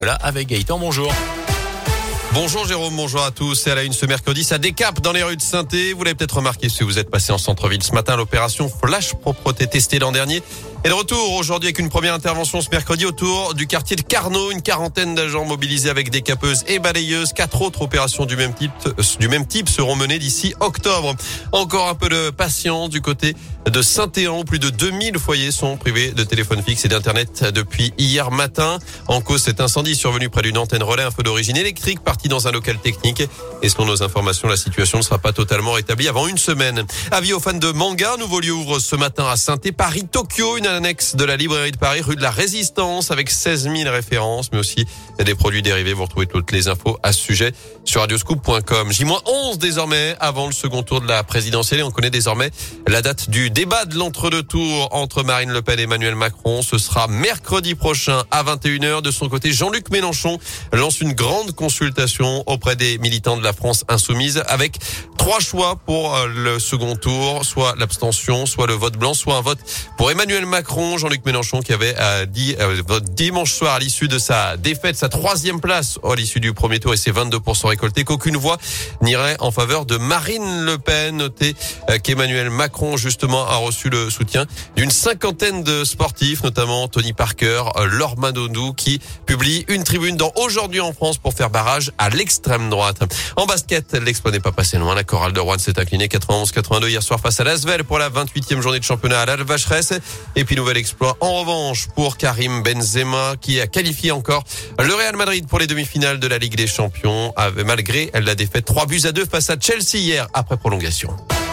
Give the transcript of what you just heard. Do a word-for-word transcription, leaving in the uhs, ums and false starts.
Là, avec Gaëtan, bonjour. Bonjour Jérôme, bonjour à tous. C'est à la une ce mercredi, ça décape dans les rues de Saint-Étienne. Vous l'avez peut-être remarqué si vous êtes passé en centre-ville ce matin. L'opération Flash Propreté testée l'an dernier est de retour aujourd'hui avec une première intervention ce mercredi autour du quartier de Carnot. Une quarantaine d'agents mobilisés avec des capeuses et balayeuses. Quatre autres opérations du même type, du même type seront menées d'ici octobre. Encore un peu de patience du côté de Saint-Étienne où plus de deux mille foyers sont privés de téléphone fixe et d'internet depuis hier matin. En cause, cet incendie survenu près d'une antenne relais, un feu d'origine électrique parti dans un local technique. Et selon nos informations, la situation ne sera pas totalement rétablie avant une semaine. Avis aux fans de manga, nouveau lieu ouvre ce matin à Saint-Étienne, Paris-Tokyo, une annexe de la librairie de Paris, rue de la Résistance, avec seize mille références, mais aussi des produits dérivés. Vous retrouvez toutes les infos à ce sujet sur radioscoop point com. J onze désormais avant le second tour de la présidentielle et on connaît désormais la date du débat de l'entre-deux tours entre Marine Le Pen et Emmanuel Macron. Ce sera mercredi prochain à vingt et une heures. De son côté, Jean-Luc Mélenchon lance une grande consultation auprès des militants de la France insoumise avec trois choix pour le second tour, soit l'abstention, soit le vote blanc, soit un vote pour Emmanuel Macron. Jean-Luc Mélenchon qui avait euh, dit euh, dimanche soir à l'issue de sa défaite, sa troisième place à l'issue du premier tour et ses vingt-deux pour cent récoltés, qu'aucune voix n'irait en faveur de Marine Le Pen. Notez euh, qu'Emmanuel Macron justement a reçu le soutien d'une cinquantaine de sportifs, notamment Tony Parker, euh, Laure Manodou qui publie une tribune dans Aujourd'hui en France pour faire barrage à l'extrême droite. En basket, l'exploit n'est pas passé loin. La chorale de Rouen s'est inclinée quatre-vingt-onze quatre-vingt-deux hier soir face à l'Asvel pour la vingt-huitième journée de championnat à l'Al-Vacheresse. Et puis nouvel exploit en revanche pour Karim Benzema qui a qualifié encore le Real Madrid pour les demi-finales de la Ligue des Champions malgré la défaite trois buts à deux face à Chelsea hier après prolongation.